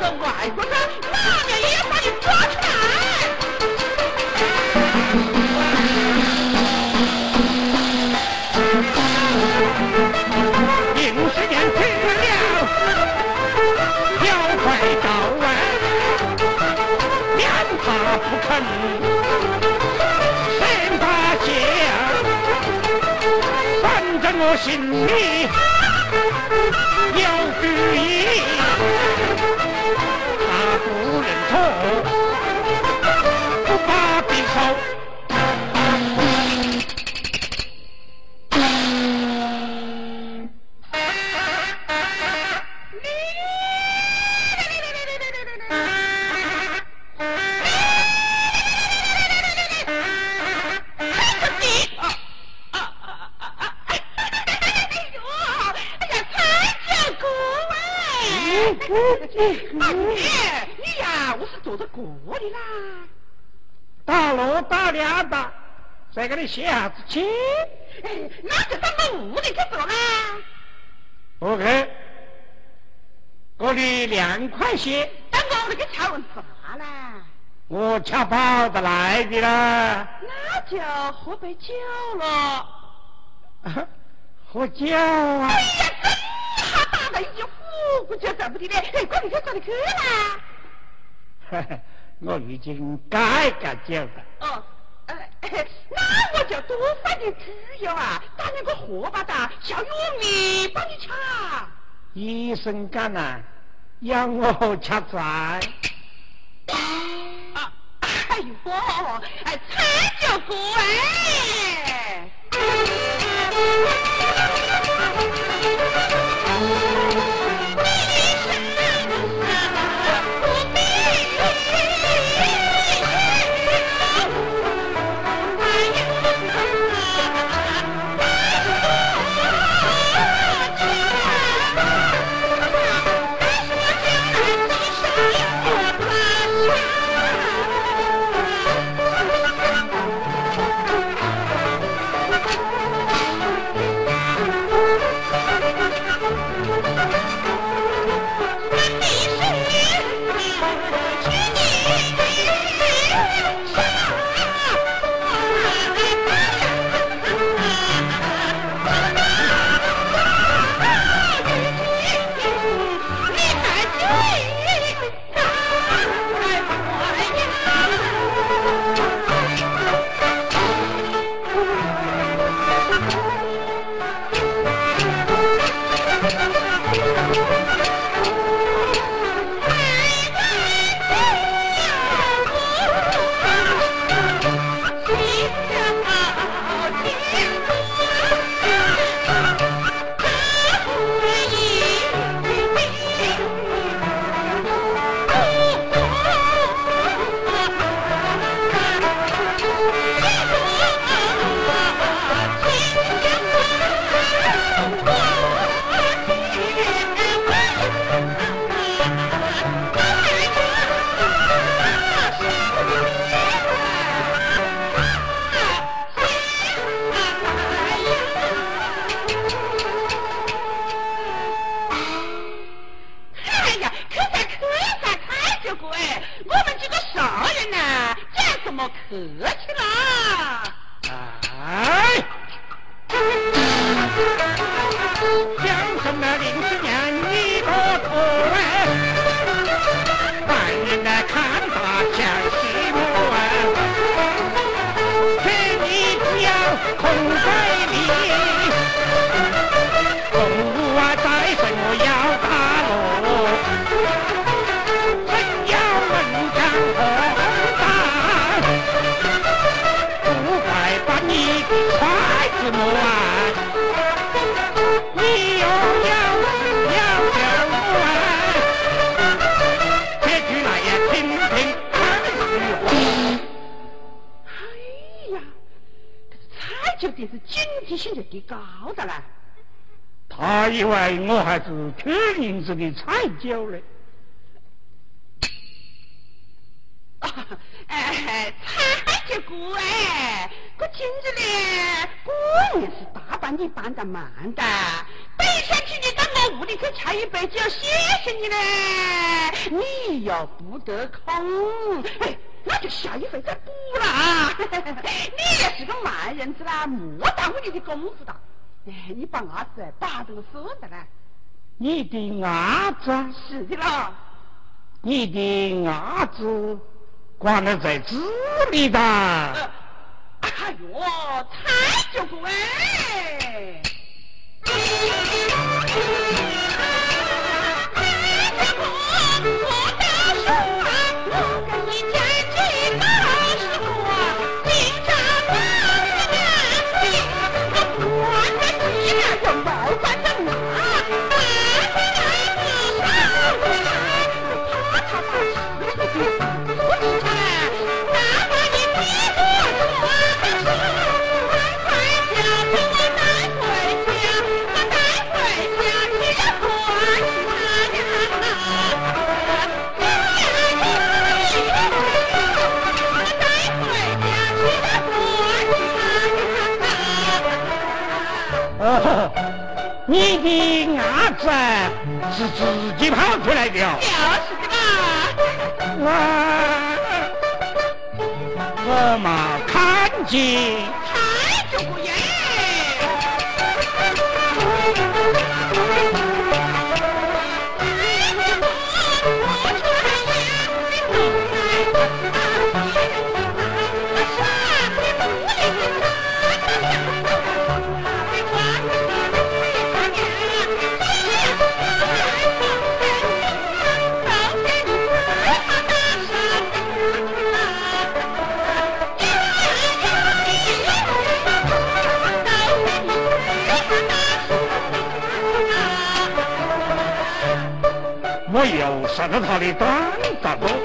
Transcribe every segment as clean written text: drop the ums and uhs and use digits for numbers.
个外国人，哪面也把你抓出来。 50年吃了，要快到晚，面他不肯，先把家，反正我心里有主意，他不认错，不把匕首。 你呀，我是做着过的啦。 打锣打两打，再给你写下子去。 那就当我屋里去做啦。 不去，我的2块钱。 当我那个敲问啥啦？ 我恰跑得来的啦。 那就喝杯酒了。 喝酒啊！ 哎呀，真哈大的一句胡就这不的嘞，管你去做的去啦。 我已经改酒了。 哦，那我就多放点猪油啊，打那个荷包蛋，小玉米帮你掐。 医生讲啊，要我吃菜。 哎呦，菜就过哎。客气啦！ 哎，江城的50年一个头哎，凡人来看他像西木哎，劝你不要空怀里，动物啊在生我要打落，真要问江河。怎么啊？你又要我这句来也听听二句话。 哎呀，菜酒店是警惕性就低高的了。 他以为我还是缺银子的菜酒嘞。 菜酒过哎，我今日呢，果然是大半你搬得慢的，背上去你当我我屋里去茶一杯酒，谢谢你嘞，你又不得空，哎，那就下一回再补了啊。你也是个慢人子啦，莫耽误你的功夫的。哎，你把伢子把这个算的嘞。 你的伢子？ 是的啦。 你的伢子关了在这里的。 哎呦，太久不哎！我大叔啊，我跟你讲句大实话，经常我的鸡呀，就冒犯着我，他把事情说起来，哪怕你逼我你的伢子是自己跑出来的？ 就是的嘛。 我嘛看见。 太久不耶。 我又上了他的当大哥。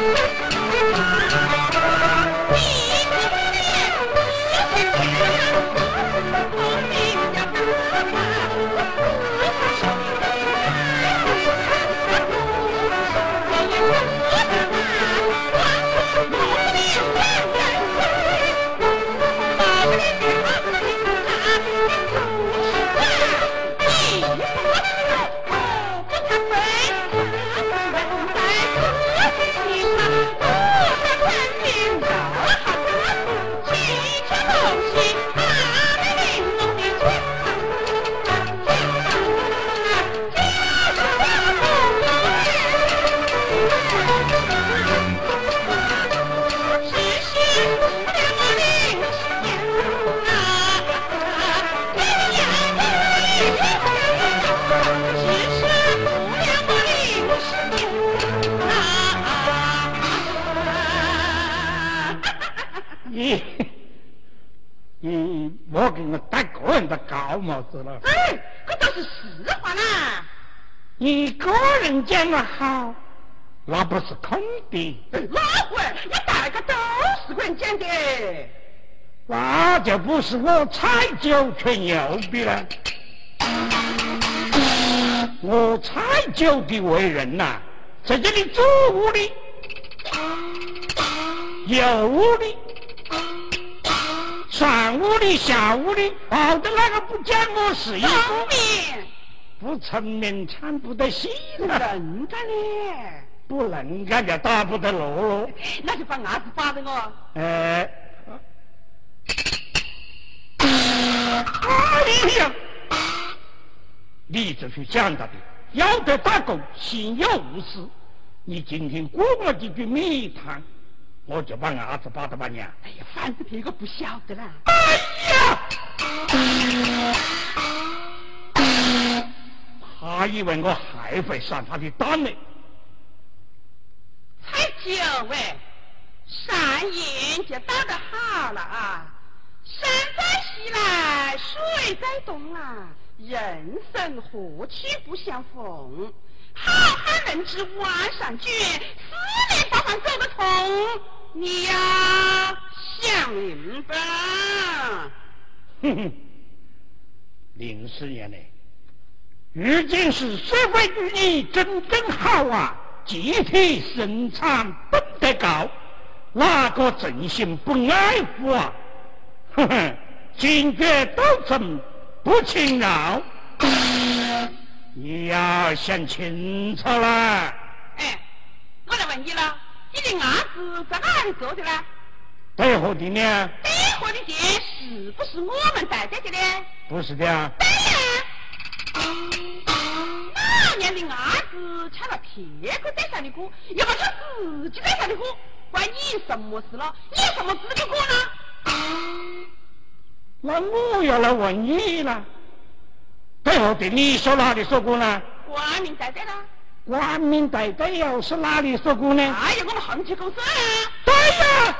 你莫给我戴个人的高帽子了。 哎，这都是实话啦。 你个人讲的好，那不是空的。 哪会？你大家都是个人讲的。 那就不是我采酒吹牛逼了。我采酒的为人呐、在这里左屋里、右屋里、上屋里、下屋里，跑的那个不讲我是一个，不成名产不得戏了。 能干嘞？ 不能干就打不得落了。 那就把伢子发给我。 哎呀！你就是讲到的，要得打工，心有无私。你今天过我几句蜜糖，我就把伢子把到把娘。 哎呀，反正别个不晓得啦。 哎呀！他以为我还会上他的当呢。 才久喂，善言就打得好了啊！山在西来，水在东啊，人生何去不相逢？好汉能知万山绝，四面八方走得通。你呀，想明白。 哼哼，04年呢，如今是社会主义真正好啊，集体生产奔得高，哪个真心不爱护啊？哼哼，坚决斗争不轻饶。 你要想清楚了。 哎，我来问你了，你的伢子在哪里做的呢？ 对货的呢？ 对货的店是不是我们带的呢？ 不是的呀。 对呀。哪年的伢子抢了别个带上的锅，又不抢自己带上的锅，关你什么事了？你有什么资格过呢？ 那我要来问你了。对货的你说哪里说过呢？ 光明带的了。 光明带的又是哪里说过呢？ 哎呀，我们恒基公司啊。 对呀。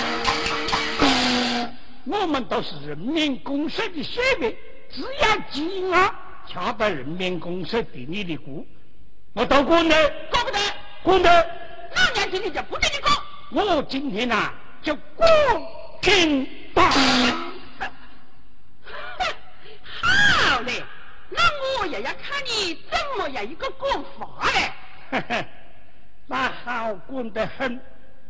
我们都是人民公社的社员，只要鸡鸭掐到人民公社地里的股，我都管的。 管不得。 管得。 老娘今天就不给你管。 我今天啊就管平吧。 好嘞，那我也要看你怎么样一个管法嘞。 那好管得很。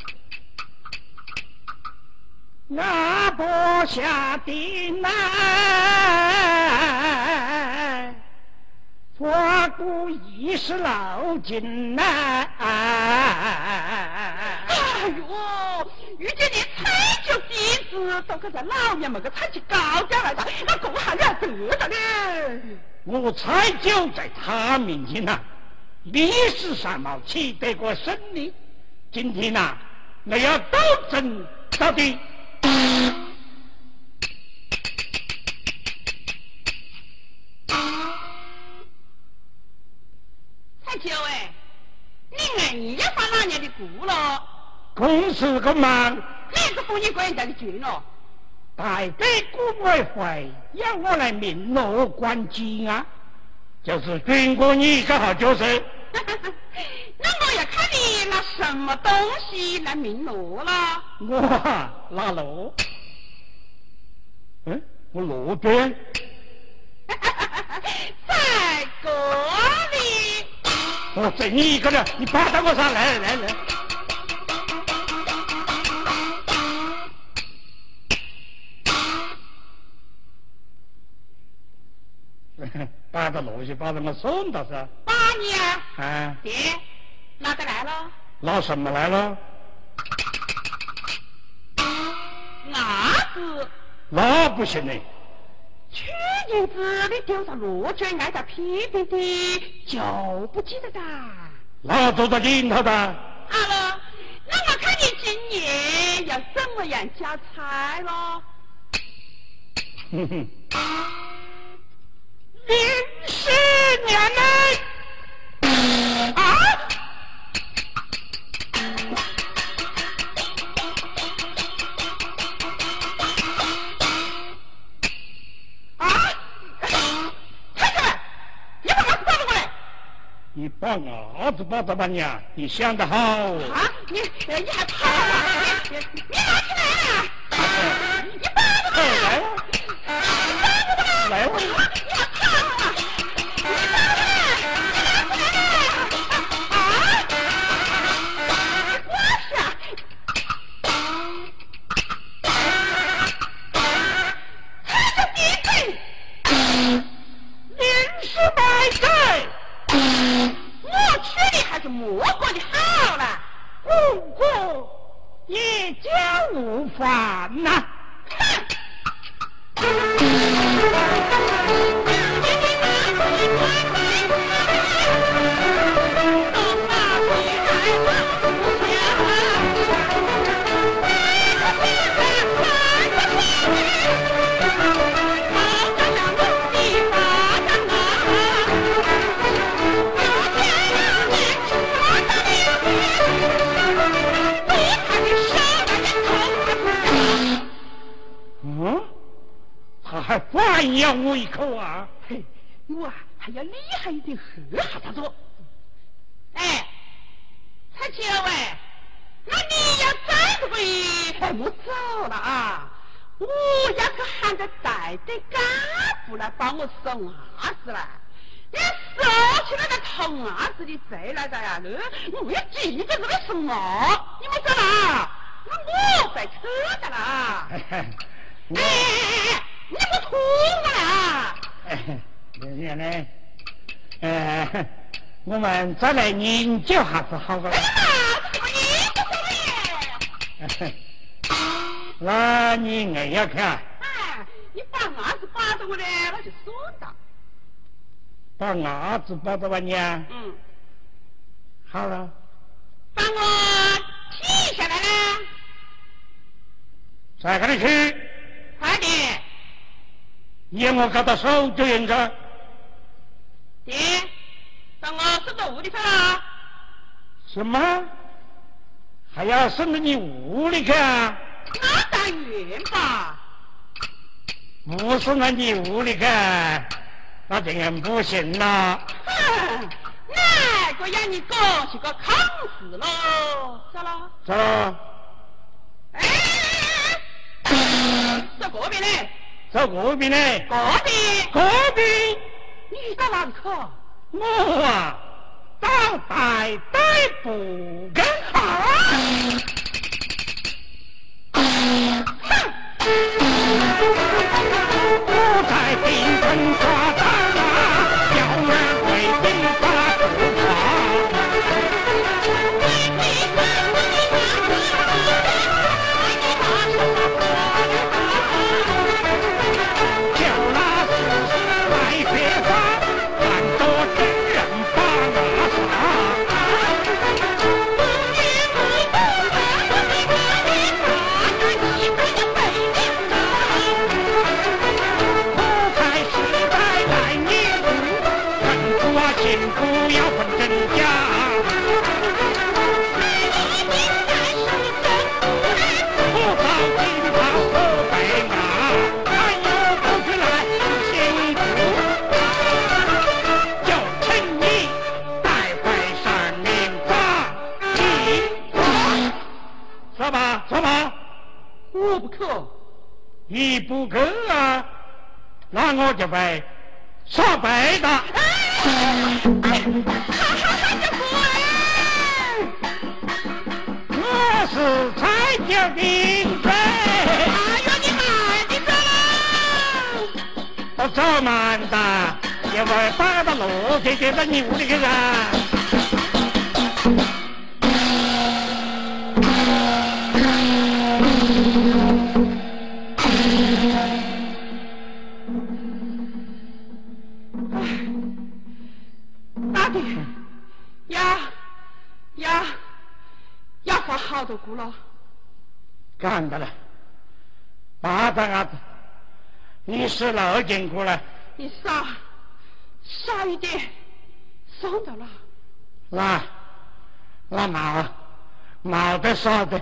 阿婆下的奶，花姑已是老金奶。 哎呦，遇见你菜酒鼻子都可在老娘们个菜去高调来的，那公还要得的呢。 我菜酒在他面前呐，历史上没取得过胜利。今天呐，我要斗争到底。 菜酒哎，你硬要放哪年的股了？ 公事个忙， 哪个帮你管人家的chuyện了？ 大队股委会要我来明罗关机啊，就是经过你这号角色。 那我要看你拿什么东西来明罗了。 我拿罗，我罗娟。 在这里。 我整你一个人，你爬到我上来。把着罗去，把着我送到噻。 把你啊？ 啊。 爹，拿得来了？ 拿什么来了？ 伢子。 那不行嘞。 去年子你丢上罗娟挨到批评的，就不记得的。 那做到领头的。 好了，那我看你今年要怎么样加菜了？ 哼哼。04年内。啊！你把伢子抱着吧你啊！你想得好啊！你还跑啊！你拿起来啊！你抱着吧！ 来了，来了！ 你还跑啊！你抱着吧！你拿起来啊！我下去！他就闭嘴！ 临时买菜。 我去你还是莫过的好了， 不过一家无饭呐。他还反咬我一口啊！ 嘿，我还要厉害一点喝下他说。哎，彩球哎，那你要再不回，我走了啊！我要去喊个带队干部来帮我收伢子了。你收起那个偷伢子的贼来的呀！我要记着这个是我，你们走了，那我在车的了。哎，你不吐我了？ 人家呢？ 我们再来研究下子好不啦？ 这个研究什么耶？ 那你硬要看？ 你把伢子扒着我呢，那就算了。 把伢子扒着吧你啊？好了。 把我踢下来了。 再跟你去。 快点。 要我搞到手就认着。 爹，把我送到屋里去了。 什么？还要送到你屋里去啊？ 那当然吧。 不送到你屋里去，那这样不行了。 那个让你搞些个康事喽，咋了？ 走了。 走这边呢？ 走这边呢？ 这边？ 这边？ 你到哪里去？ 我啊，到逮捕更好。我在京城抓到了，叫人为兵发不叫那死尸来别发，反多真人把那请不要问真假，不到今朝河北啊，还有不出来辛苦，就请你带回上面法庭。说吧，说吧。 我不去。 你不去啊，那我就被杀背的。我是才叫兵队。 哎呦，你慢点走！ 我走慢的，因为把到路给到你屋里去啊。 大弟，要发好多股了。 干的了，巴掌啊！你是老经过了。 你少一点，算到了。 那毛的少的，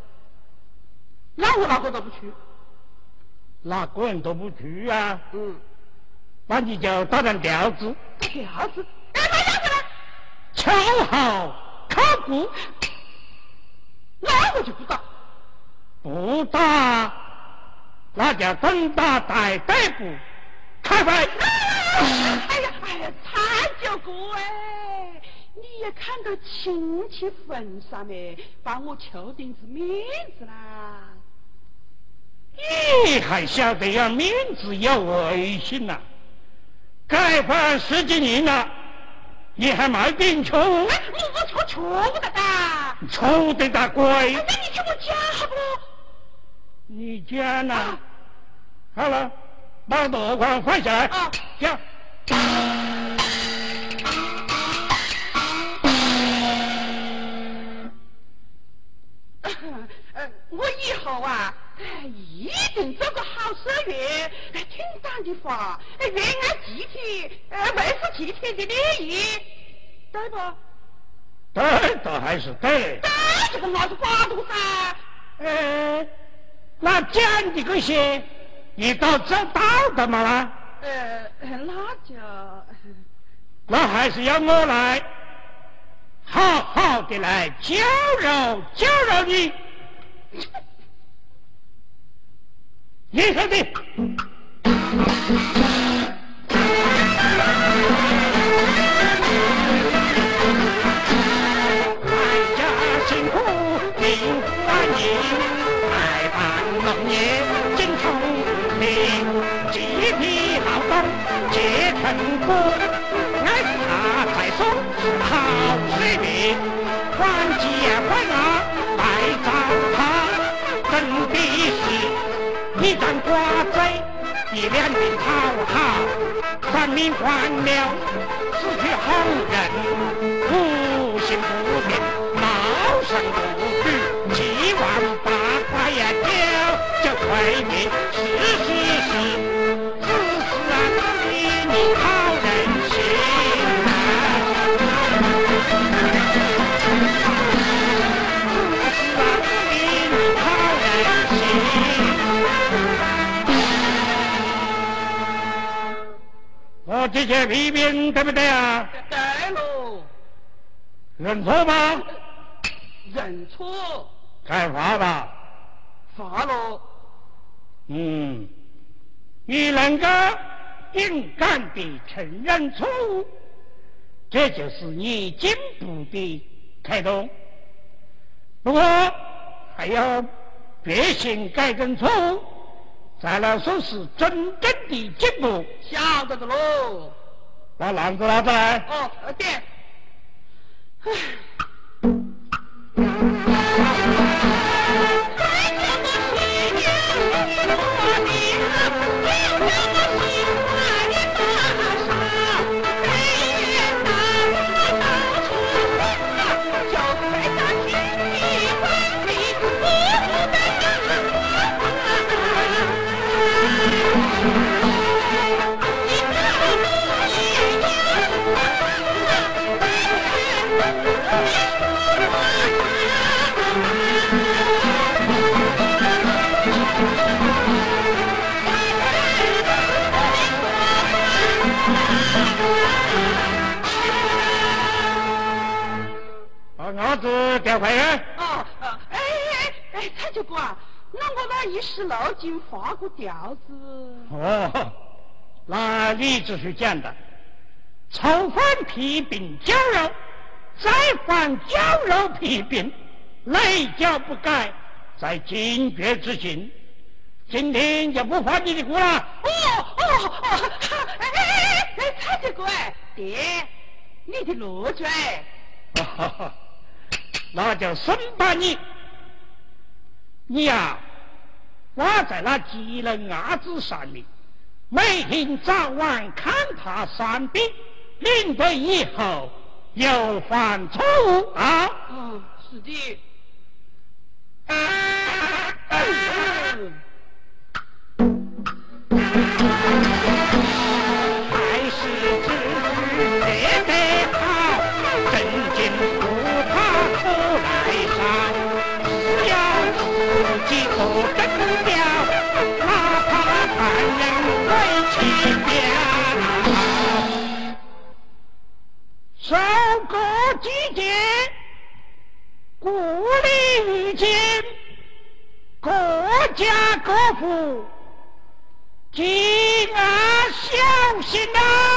那我哪个都不去。 哪个人都不去啊？那你就打点调子。 调子？打调子了？ 敲好敲鼓。 那我就不打。 不打，那就等打逮逮捕，开会。 哎呀，才叫过哎！你也看到亲戚份上面，把我求点子面子啦。 你还晓得要面子要威信呐？改换10几年了，你还卖点球？ 我错不得的。 错得大鬼！ 那你去我家好不？ 你家呢？好了，把箩筐放下来。叫。 我以后啊，一定做个好社员，听党的话，原爱集体，维护集体的利益，对不？ 对，倒还是对。 对，这个我是瓜多噻。 那讲的这些，你都知道的嘛啦？那还是要我来，好好的来教揉你。你说的。农业精通明，集体劳动皆成功。 一张瓜嘴，一两鬓讨好，三名官僚，四去红人，无心不变，茂盛不举，七万八块呀就退命，是。自私啊，你讨人心我这些批评对不对啊？ 对喽。 认错吗？ 认错。 该罚吧？ 罚喽。 你能够勇敢地承认错误，这就是你进步的开端。不过还要决心改正错误，才能说是真正的进步。 晓得的喽。 把篮子拿出来。 哦，对。 把子调回来。 蔡教官，那我那一时漏尽发过调子。 那你只是讲的，初犯批评教肉，再犯教肉批评，内教不改，在禁绝之行。今天就不罚你的过了。 蔡教官，爹，你的路罪。 那就审判你。你呀，挂在那技能牙子上面，每天早晚看他3遍，免得以后又犯错误啊。 是的。 还是自己学得好，正经不怕出来烧，只要自己做更调，哪怕犯人为其表。收割季节，故里于今，各家各户，请小心啊！